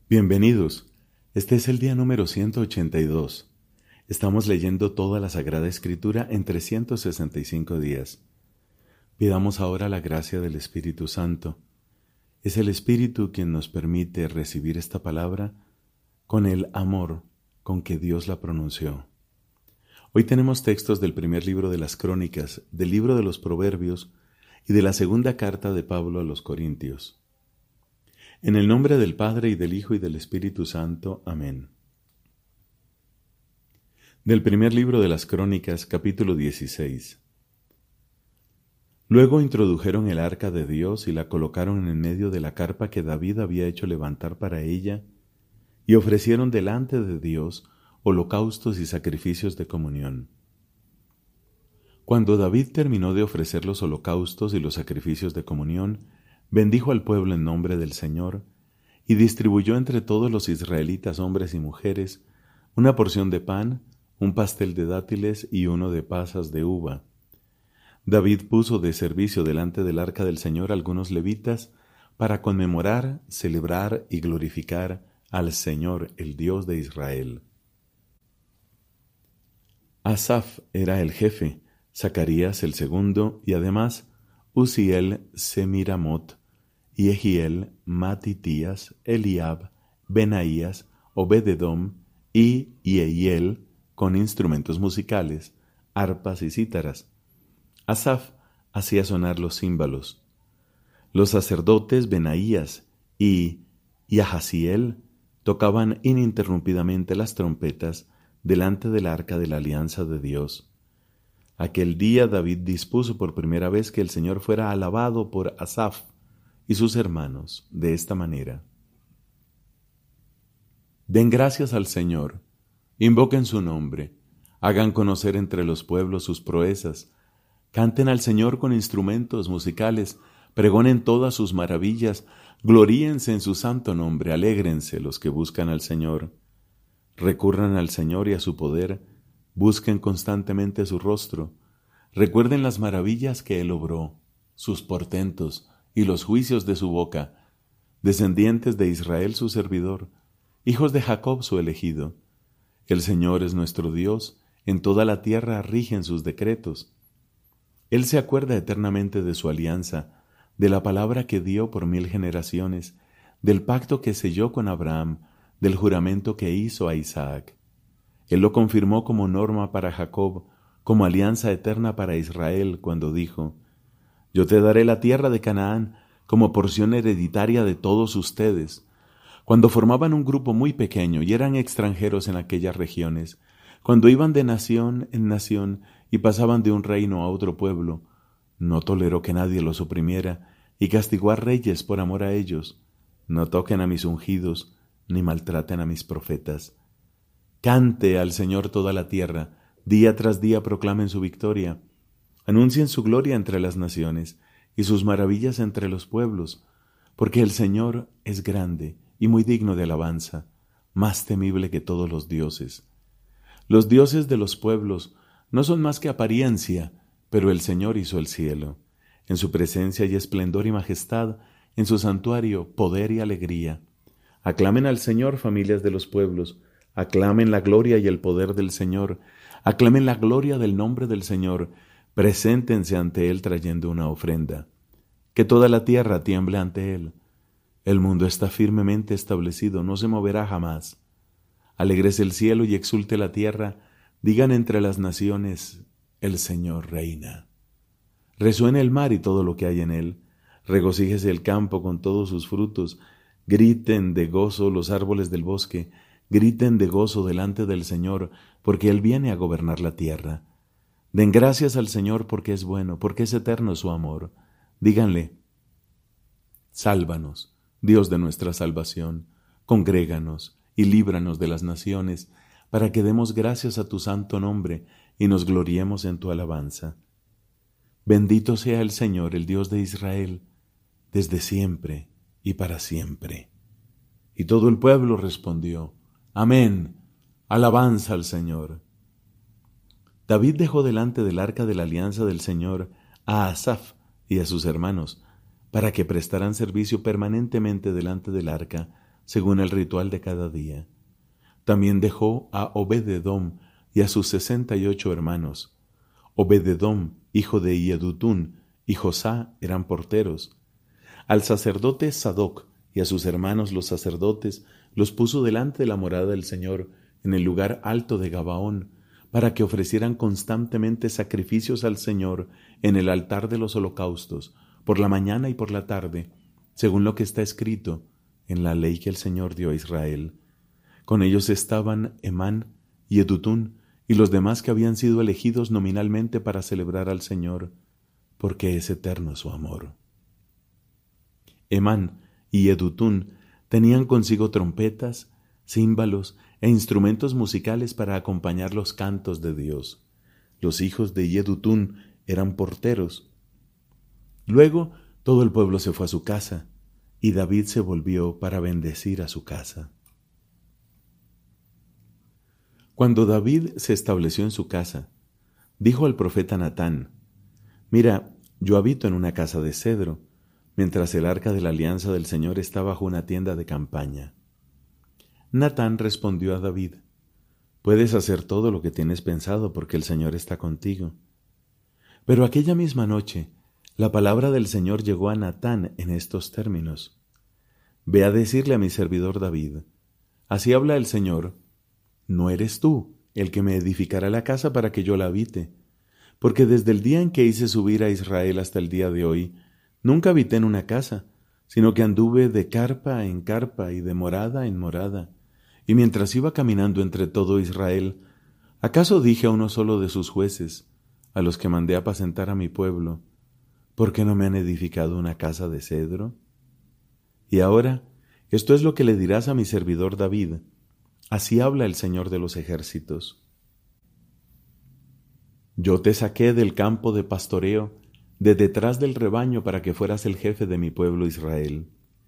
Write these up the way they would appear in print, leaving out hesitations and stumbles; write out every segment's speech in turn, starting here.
Bienvenidos. Este es el día número 182. Estamos leyendo toda la Sagrada Escritura en 365 días. Pidamos ahora la gracia del Espíritu Santo. Es el Espíritu quien nos permite recibir esta palabra con el amor con que Dios la pronunció. Hoy tenemos textos del primer libro de las Crónicas, del libro de los Proverbios y de la segunda carta de Pablo a los Corintios. En el nombre del Padre, y del Hijo, y del Espíritu Santo. Amén. Del primer libro de las Crónicas, capítulo 16. Luego introdujeron el arca de Dios y la colocaron en medio de la carpa que David había hecho levantar para ella, y ofrecieron delante de Dios holocaustos y sacrificios de comunión. Cuando David terminó de ofrecer los holocaustos y los sacrificios de comunión, bendijo al pueblo en nombre del Señor, y distribuyó entre todos los israelitas, hombres y mujeres, una porción de pan, un pastel de dátiles y uno de pasas de uva. David puso de servicio delante del arca del Señor algunos levitas para conmemorar, celebrar y glorificar al Señor, el Dios de Israel. Asaf era el jefe, Zacarías el segundo, y además Uziel, Semiramot, Yehiel, Matitías, Eliab, Benaías, Obed-edom y Yehiel, con instrumentos musicales, arpas y cítaras. Asaf hacía sonar los címbalos. Los sacerdotes Benaías y Yahaziel tocaban ininterrumpidamente las trompetas delante del arca de la alianza de Dios. Aquel día David dispuso por primera vez que el Señor fuera alabado por Asaf y sus hermanos de esta manera. Den gracias al Señor, invoquen su nombre, hagan conocer entre los pueblos sus proezas, canten al Señor con instrumentos musicales, pregonen todas sus maravillas, gloríense en su santo nombre, alégrense los que buscan al Señor. Recurran al Señor y a su poder, busquen constantemente su rostro, recuerden las maravillas que Él obró, sus portentos y los juicios de su boca, descendientes de Israel su servidor, hijos de Jacob su elegido. El Señor es nuestro Dios, en toda la tierra rigen sus decretos. Él se acuerda eternamente de su alianza, de la palabra que dio por 1000 generaciones, del pacto que selló con Abraham, del juramento que hizo a Isaac. Él lo confirmó como norma para Jacob, como alianza eterna para Israel, cuando dijo: Yo te daré la tierra de Canaán como porción hereditaria de todos ustedes. Cuando formaban un grupo muy pequeño y eran extranjeros en aquellas regiones, cuando iban de nación en nación y pasaban de un reino a otro pueblo, no toleró que nadie los oprimiera y castigó a reyes por amor a ellos. No toquen a mis ungidos, ni maltraten a mis profetas. Cante al Señor toda la tierra, día tras día proclamen su victoria. Anuncien su gloria entre las naciones y sus maravillas entre los pueblos, porque el Señor es grande y muy digno de alabanza, más temible que todos los dioses. Los dioses de los pueblos no son más que apariencia, pero el Señor hizo el cielo. En su presencia hay esplendor y majestad, en su santuario poder y alegría. Aclamen al Señor, familias de los pueblos, aclamen la gloria y el poder del Señor, aclamen la gloria del nombre del Señor, preséntense ante Él trayendo una ofrenda. Que toda la tierra tiemble ante Él. El mundo está firmemente establecido, no se moverá jamás. Alégrese el cielo y exulte la tierra, digan entre las naciones: el Señor reina. Resuene el mar y todo lo que hay en él, regocíjese el campo con todos sus frutos, griten de gozo los árboles del bosque, griten de gozo delante del Señor, porque Él viene a gobernar la tierra. Den gracias al Señor porque es bueno, porque es eterno su amor. Díganle: sálvanos, Dios de nuestra salvación, congréganos y líbranos de las naciones, para que demos gracias a tu santo nombre y nos gloriemos en tu alabanza. Bendito sea el Señor, el Dios de Israel, desde siempre y para siempre. Y todo el pueblo respondió: Amén, alabanza al Señor. David dejó delante del arca de la alianza del Señor a Asaf y a sus hermanos, para que prestaran servicio permanentemente delante del arca, según el ritual de cada día. También dejó a Obed-edom y a sus 68 hermanos. Obed-edom, hijo de Yedutún, y Josá eran porteros. Al sacerdote Sadoc y a sus hermanos los sacerdotes los puso delante de la morada del Señor en el lugar alto de Gabaón, para que ofrecieran constantemente sacrificios al Señor en el altar de los holocaustos, por la mañana y por la tarde, según lo que está escrito en la ley que el Señor dio a Israel. Con ellos estaban Emán y Edutún y los demás que habían sido elegidos nominalmente para celebrar al Señor, porque es eterno su amor. Emán y Edutún tenían consigo trompetas, címbalos e instrumentos musicales para acompañar los cantos de Dios. Los hijos de Yedutún eran porteros. Luego todo el pueblo se fue a su casa, y David se volvió para bendecir a su casa. Cuando David se estableció en su casa, dijo al profeta Natán: «Mira, yo habito en una casa de cedro, mientras el arca de la alianza del Señor está bajo una tienda de campaña». Natán respondió a David: «Puedes hacer todo lo que tienes pensado, porque el Señor está contigo». Pero aquella misma noche, la palabra del Señor llegó a Natán en estos términos: «Ve a decirle a mi servidor David, así habla el Señor, no eres tú el que me edificará la casa para que yo la habite, porque desde el día en que hice subir a Israel hasta el día de hoy, nunca habité en una casa, sino que anduve de carpa en carpa y de morada en morada. Y mientras iba caminando entre todo Israel, ¿acaso dije a uno solo de sus jueces, a los que mandé apacentar a mi pueblo, ¿por qué no me han edificado una casa de cedro? Y ahora, esto es lo que le dirás a mi servidor David: así habla el Señor de los ejércitos. Yo te saqué del campo de pastoreo, de detrás del rebaño, para que fueras el jefe de mi pueblo Israel.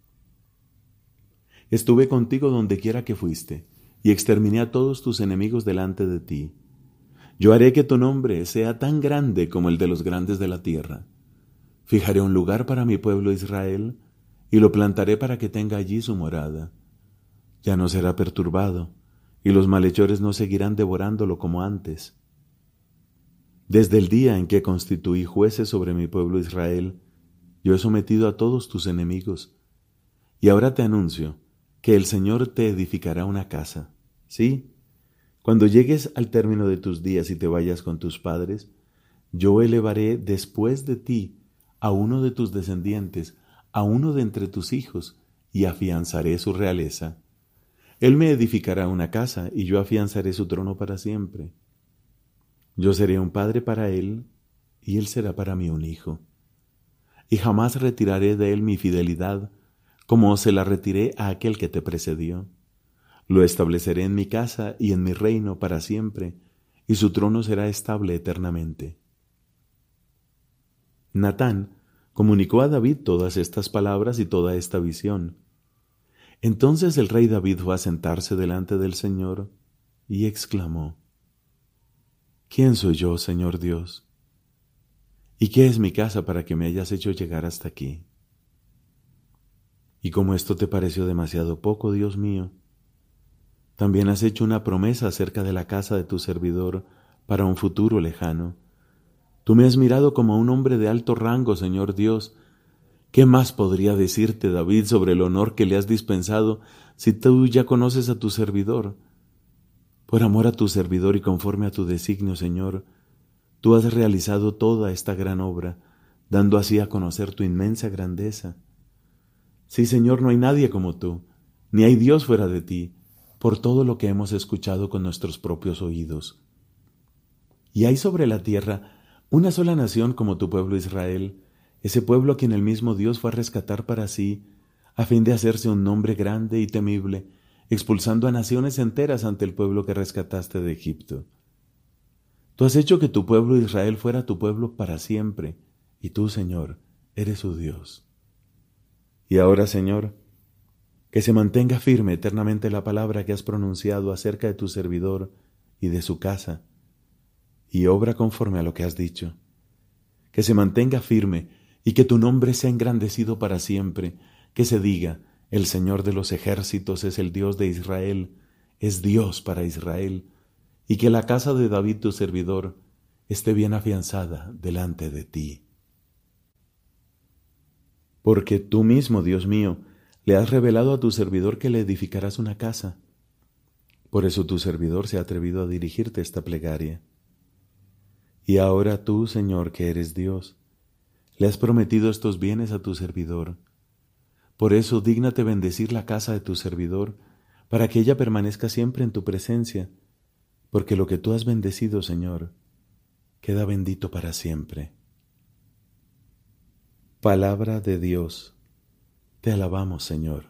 Estuve contigo donde quiera que fuiste, y exterminé a todos tus enemigos delante de ti. Yo haré que tu nombre sea tan grande como el de los grandes de la tierra. Fijaré un lugar para mi pueblo Israel, y lo plantaré para que tenga allí su morada. Ya no será perturbado, y los malhechores no seguirán devorándolo como antes. Desde el día en que constituí jueces sobre mi pueblo Israel, yo he sometido a todos tus enemigos. Y ahora te anuncio que el Señor te edificará una casa. Sí, cuando llegues al término de tus días y te vayas con tus padres, yo elevaré después de ti a uno de tus descendientes, a uno de entre tus hijos, y afianzaré su realeza. Él me edificará una casa, y yo afianzaré su trono para siempre. Yo seré un padre para él, y él será para mí un hijo. Y jamás retiraré de él mi fidelidad, como se la retiré a aquel que te precedió. Lo estableceré en mi casa y en mi reino para siempre, y su trono será estable eternamente». Natán comunicó a David todas estas palabras y toda esta visión. Entonces el rey David fue a sentarse delante del Señor y exclamó: «¿Quién soy yo, Señor Dios? ¿Y qué es mi casa para que me hayas hecho llegar hasta aquí? Y como esto te pareció demasiado poco, Dios mío, también has hecho una promesa acerca de la casa de tu servidor para un futuro lejano. Tú me has mirado como a un hombre de alto rango, Señor Dios. ¿Qué más podría decirte, David, sobre el honor que le has dispensado si tú ya conoces a tu servidor? Por amor a tu servidor y conforme a tu designio, Señor, tú has realizado toda esta gran obra, dando así a conocer tu inmensa grandeza. Sí, Señor, no hay nadie como tú, ni hay Dios fuera de ti, por todo lo que hemos escuchado con nuestros propios oídos. Y hay sobre la tierra una sola nación como tu pueblo Israel, ese pueblo a quien el mismo Dios fue a rescatar para sí, a fin de hacerse un nombre grande y temible, expulsando a naciones enteras ante el pueblo que rescataste de Egipto. Tú has hecho que tu pueblo Israel fuera tu pueblo para siempre, y tú, Señor, eres su Dios. Y ahora, Señor, que se mantenga firme eternamente la palabra que has pronunciado acerca de tu servidor y de su casa, y obra conforme a lo que has dicho. Que se mantenga firme y que tu nombre sea engrandecido para siempre, que se diga: El Señor de los ejércitos es el Dios de Israel, es Dios para Israel, y que la casa de David tu servidor esté bien afianzada delante de ti. Porque tú mismo, Dios mío, le has revelado a tu servidor que le edificarás una casa. Por eso tu servidor se ha atrevido a dirigirte esta plegaria. Y ahora tú, Señor, que eres Dios, le has prometido estos bienes a tu servidor. Por eso dígnate bendecir la casa de tu servidor, para que ella permanezca siempre en tu presencia, porque lo que tú has bendecido, Señor, queda bendito para siempre. Palabra de Dios. Te alabamos, Señor.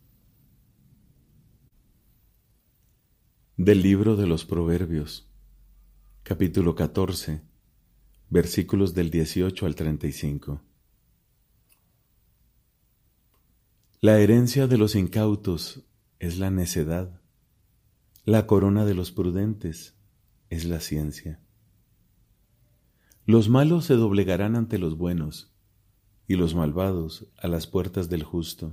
Del libro de los Proverbios, capítulo 14, versículos del 18 al 35. La herencia de los incautos es la necedad, la corona de los prudentes es la ciencia. Los malos se doblegarán ante los buenos, y los malvados a las puertas del justo.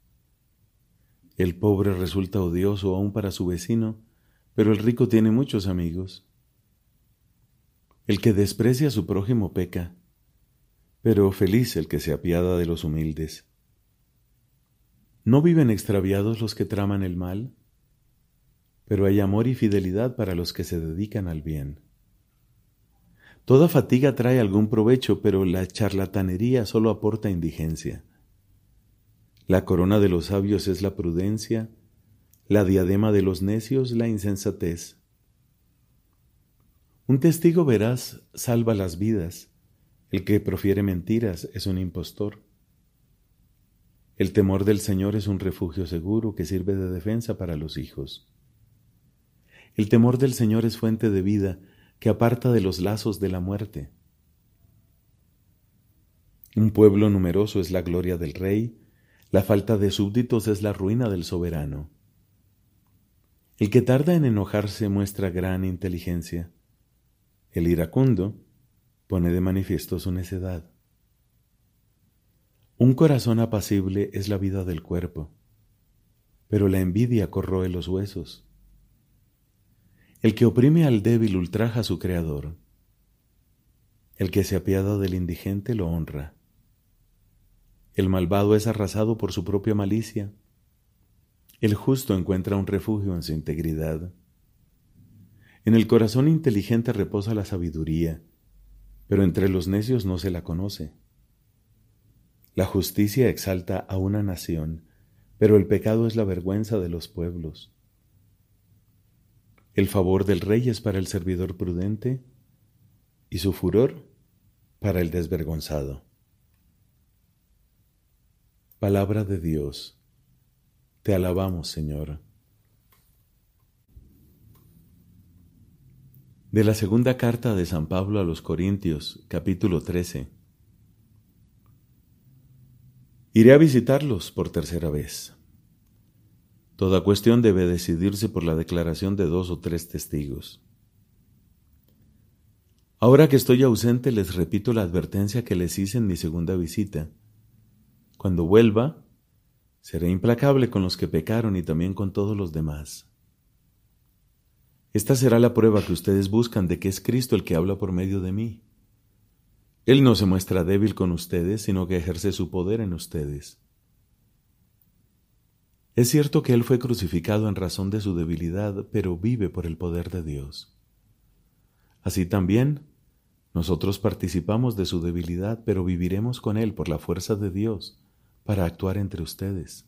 El pobre resulta odioso aún para su vecino, pero el rico tiene muchos amigos. El que desprecia a su prójimo peca, pero feliz el que se apiada de los humildes. ¿No viven extraviados los que traman el mal? Pero hay amor y fidelidad para los que se dedican al bien. Toda fatiga trae algún provecho, pero la charlatanería solo aporta indigencia. La corona de los sabios es la prudencia, la diadema de los necios la insensatez. Un testigo veraz salva las vidas, el que profiere mentiras es un impostor. El temor del Señor es un refugio seguro que sirve de defensa para los hijos. El temor del Señor es fuente de vida que aparta de los lazos de la muerte. Un pueblo numeroso es la gloria del rey, la falta de súbditos es la ruina del soberano. El que tarda en enojarse muestra gran inteligencia. El iracundo pone de manifiesto su necedad. Un corazón apacible es la vida del cuerpo, pero la envidia corroe los huesos. El que oprime al débil ultraja a su creador. El que se apiada del indigente lo honra. El malvado es arrasado por su propia malicia. El justo encuentra un refugio en su integridad. En el corazón inteligente reposa la sabiduría, pero entre los necios no se la conoce. La justicia exalta a una nación, pero el pecado es la vergüenza de los pueblos. El favor del rey es para el servidor prudente, y su furor para el desvergonzado. Palabra de Dios. Te alabamos, Señor. De la segunda carta de San Pablo a los Corintios, capítulo 13. Iré a visitarlos por tercera vez. Toda cuestión debe decidirse por la declaración de 2 o 3 testigos. Ahora que estoy ausente, les repito la advertencia que les hice en mi segunda visita. Cuando vuelva, seré implacable con los que pecaron y también con todos los demás. Esta será la prueba que ustedes buscan de que es Cristo el que habla por medio de mí. Él no se muestra débil con ustedes, sino que ejerce su poder en ustedes. Es cierto que Él fue crucificado en razón de su debilidad, pero vive por el poder de Dios. Así también, nosotros participamos de su debilidad, pero viviremos con Él por la fuerza de Dios para actuar entre ustedes.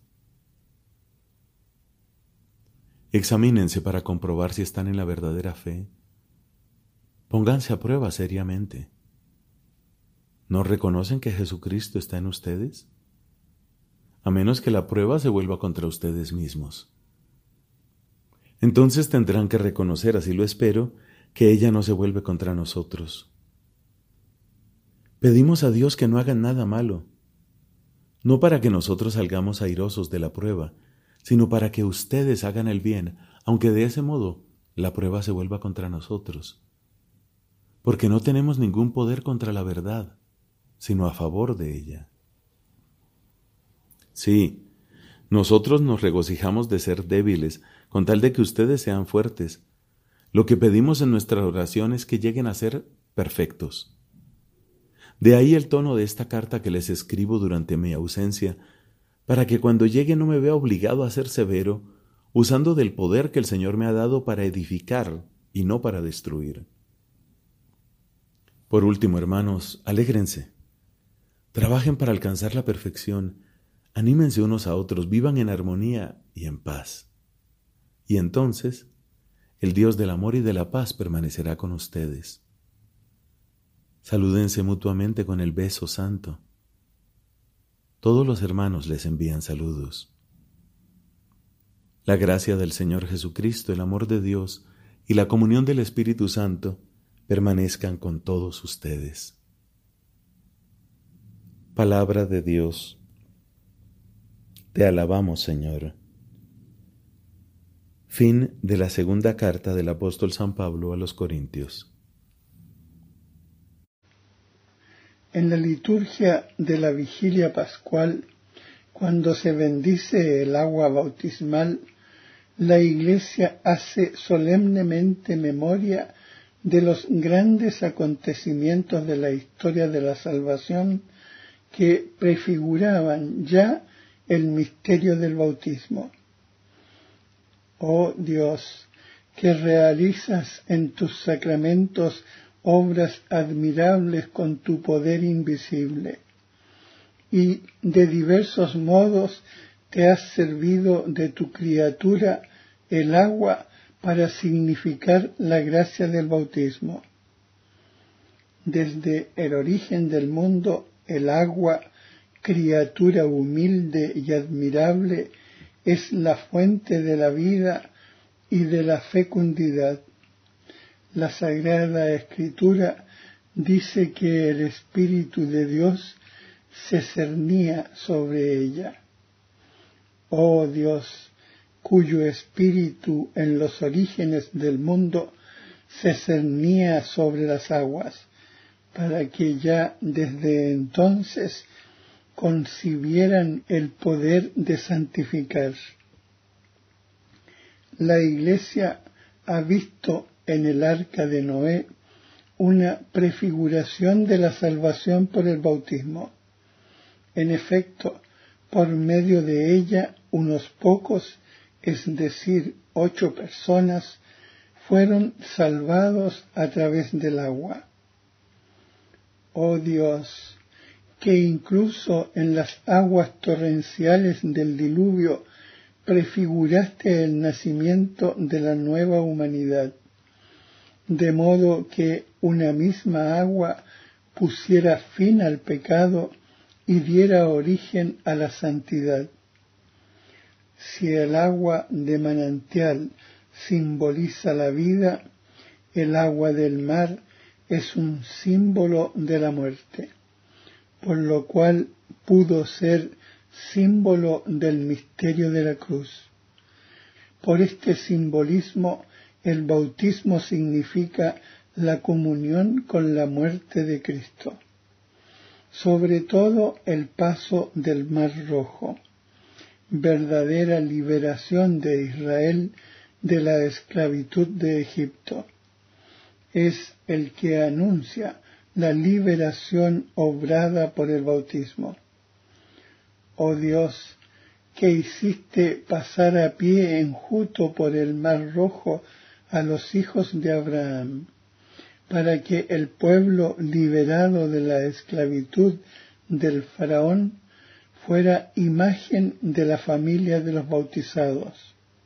Examínense para comprobar si están en la verdadera fe. Pónganse a prueba seriamente. ¿No reconocen que Jesucristo está en ustedes? A menos que la prueba se vuelva contra ustedes mismos. Entonces tendrán que reconocer, así lo espero, que ella no se vuelve contra nosotros. Pedimos a Dios que no hagan nada malo, no para que nosotros salgamos airosos de la prueba, sino para que ustedes hagan el bien, aunque de ese modo la prueba se vuelva contra nosotros. Porque no tenemos ningún poder contra la verdad, sino a favor de ella. Sí, Nosotros nos regocijamos de ser débiles, con tal de que ustedes sean fuertes. Lo que pedimos en nuestra oración es que lleguen a ser perfectos. De ahí el tono de esta carta que les escribo durante mi ausencia, para que cuando llegue no me vea obligado a ser severo, usando del poder que el Señor me ha dado para edificar y no para destruir. Por último, hermanos, alégrense. Trabajen para alcanzar la perfección, anímense unos a otros, vivan en armonía y en paz. Y entonces, el Dios del amor y de la paz permanecerá con ustedes. Salúdense mutuamente con el beso santo. Todos los hermanos les envían saludos. La gracia del Señor Jesucristo, el amor de Dios y la comunión del Espíritu Santo permanezcan con todos ustedes. Palabra de Dios. Te alabamos, Señor. Fin de la segunda carta del apóstol San Pablo a los Corintios. En la liturgia de la vigilia pascual, cuando se bendice el agua bautismal, la Iglesia hace solemnemente memoria de los grandes acontecimientos de la historia de la salvación que prefiguraban ya el misterio del bautismo. Oh Dios, que realizas en tus sacramentos obras admirables con tu poder invisible, y de diversos modos te has servido de tu criatura, el agua, para significar la gracia del bautismo. Desde el origen del mundo, el agua, criatura humilde y admirable, es la fuente de la vida y de la fecundidad. La Sagrada Escritura dice que el Espíritu de Dios se cernía sobre ella. Oh Dios, cuyo Espíritu en los orígenes del mundo se cernía sobre las aguas, para que ya desde entonces concibieran el poder de santificar. La Iglesia ha visto en el arca de Noé una prefiguración de la salvación por el bautismo. En efecto, por medio de ella, unos pocos, es decir, 8 personas, fueron salvados a través del agua. Oh Dios, que incluso en las aguas torrenciales del diluvio prefiguraste el nacimiento de la nueva humanidad, de modo que una misma agua pusiera fin al pecado y diera origen a la santidad. Si el agua de manantial simboliza la vida, el agua del mar es un símbolo de la muerte, por lo cual pudo ser símbolo del misterio de la cruz. Por este simbolismo, el bautismo significa la comunión con la muerte de Cristo. Sobre todo el paso del Mar Rojo, verdadera liberación de Israel de la esclavitud de Egipto. Es el que anuncia la liberación obrada por el bautismo. Oh Dios, que hiciste pasar a pie enjuto por el Mar Rojo a los hijos de Abraham, para que el pueblo liberado de la esclavitud del faraón fuera imagen de la familia de los bautizados.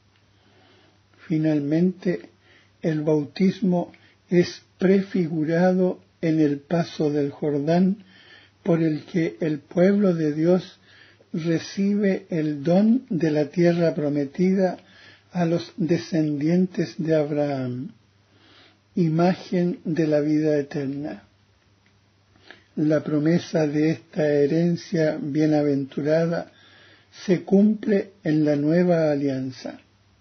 Finalmente, el bautismo es prefigurado en el paso del Jordán, por el que el pueblo de Dios recibe el don de la tierra prometida a los descendientes de Abraham, imagen de la vida eterna. La promesa de esta herencia bienaventurada se cumple en la nueva alianza.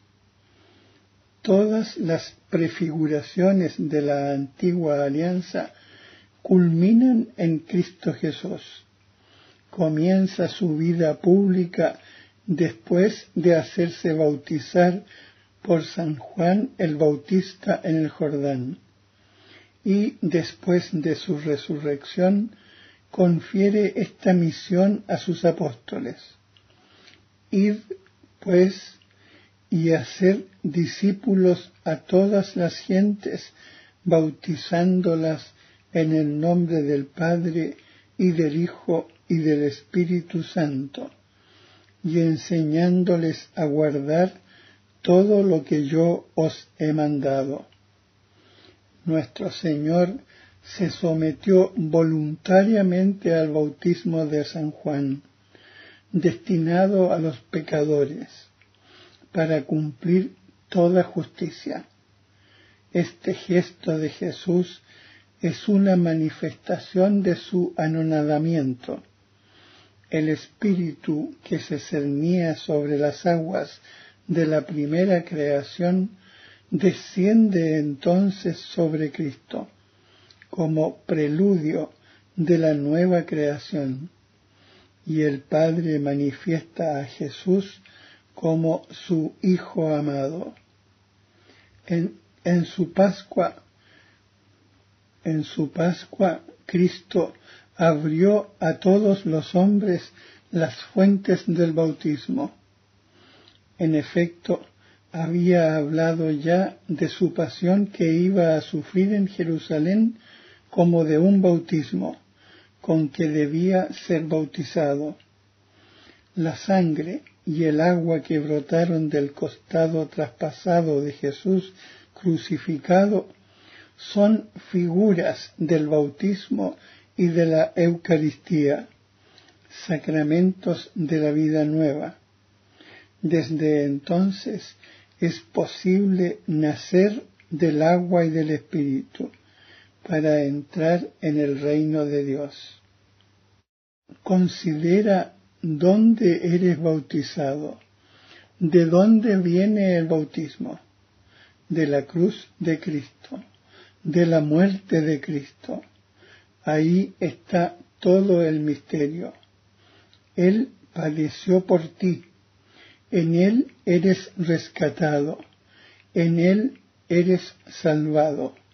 Todas las prefiguraciones de la antigua alianza culminan en Cristo Jesús. Comienza su vida pública después de hacerse bautizar por San Juan el Bautista en el Jordán, y después de su resurrección confiere esta misión a sus apóstoles: id, pues, y hacer discípulos a todas las gentes, bautizándolas en el nombre del Padre y del Hijo y del Espíritu Santo, y enseñándoles a guardar todo lo que yo os he mandado. Nuestro Señor se sometió voluntariamente al bautismo de San Juan, destinado a los pecadores, para cumplir toda justicia. Este gesto de Jesús es una manifestación de su anonadamiento. El Espíritu que se cernía sobre las aguas de la primera creación desciende entonces sobre Cristo, como preludio de la nueva creación, y el Padre manifiesta a Jesús como su Hijo amado. En su Pascua, Cristo abrió a todos los hombres las fuentes del bautismo. En efecto, había hablado ya de su pasión que iba a sufrir en Jerusalén como de un bautismo con que debía ser bautizado. La sangre y el agua que brotaron del costado traspasado de Jesús crucificado son figuras del bautismo y de la Eucaristía, sacramentos de la vida nueva. Desde entonces es posible nacer del agua y del Espíritu para entrar en el reino de Dios. Considera dónde eres bautizado. ¿De dónde viene el bautismo? De la cruz de Cristo, de la muerte de Cristo. Ahí está todo el misterio. Él padeció por ti. En Él eres rescatado, en Él eres salvado.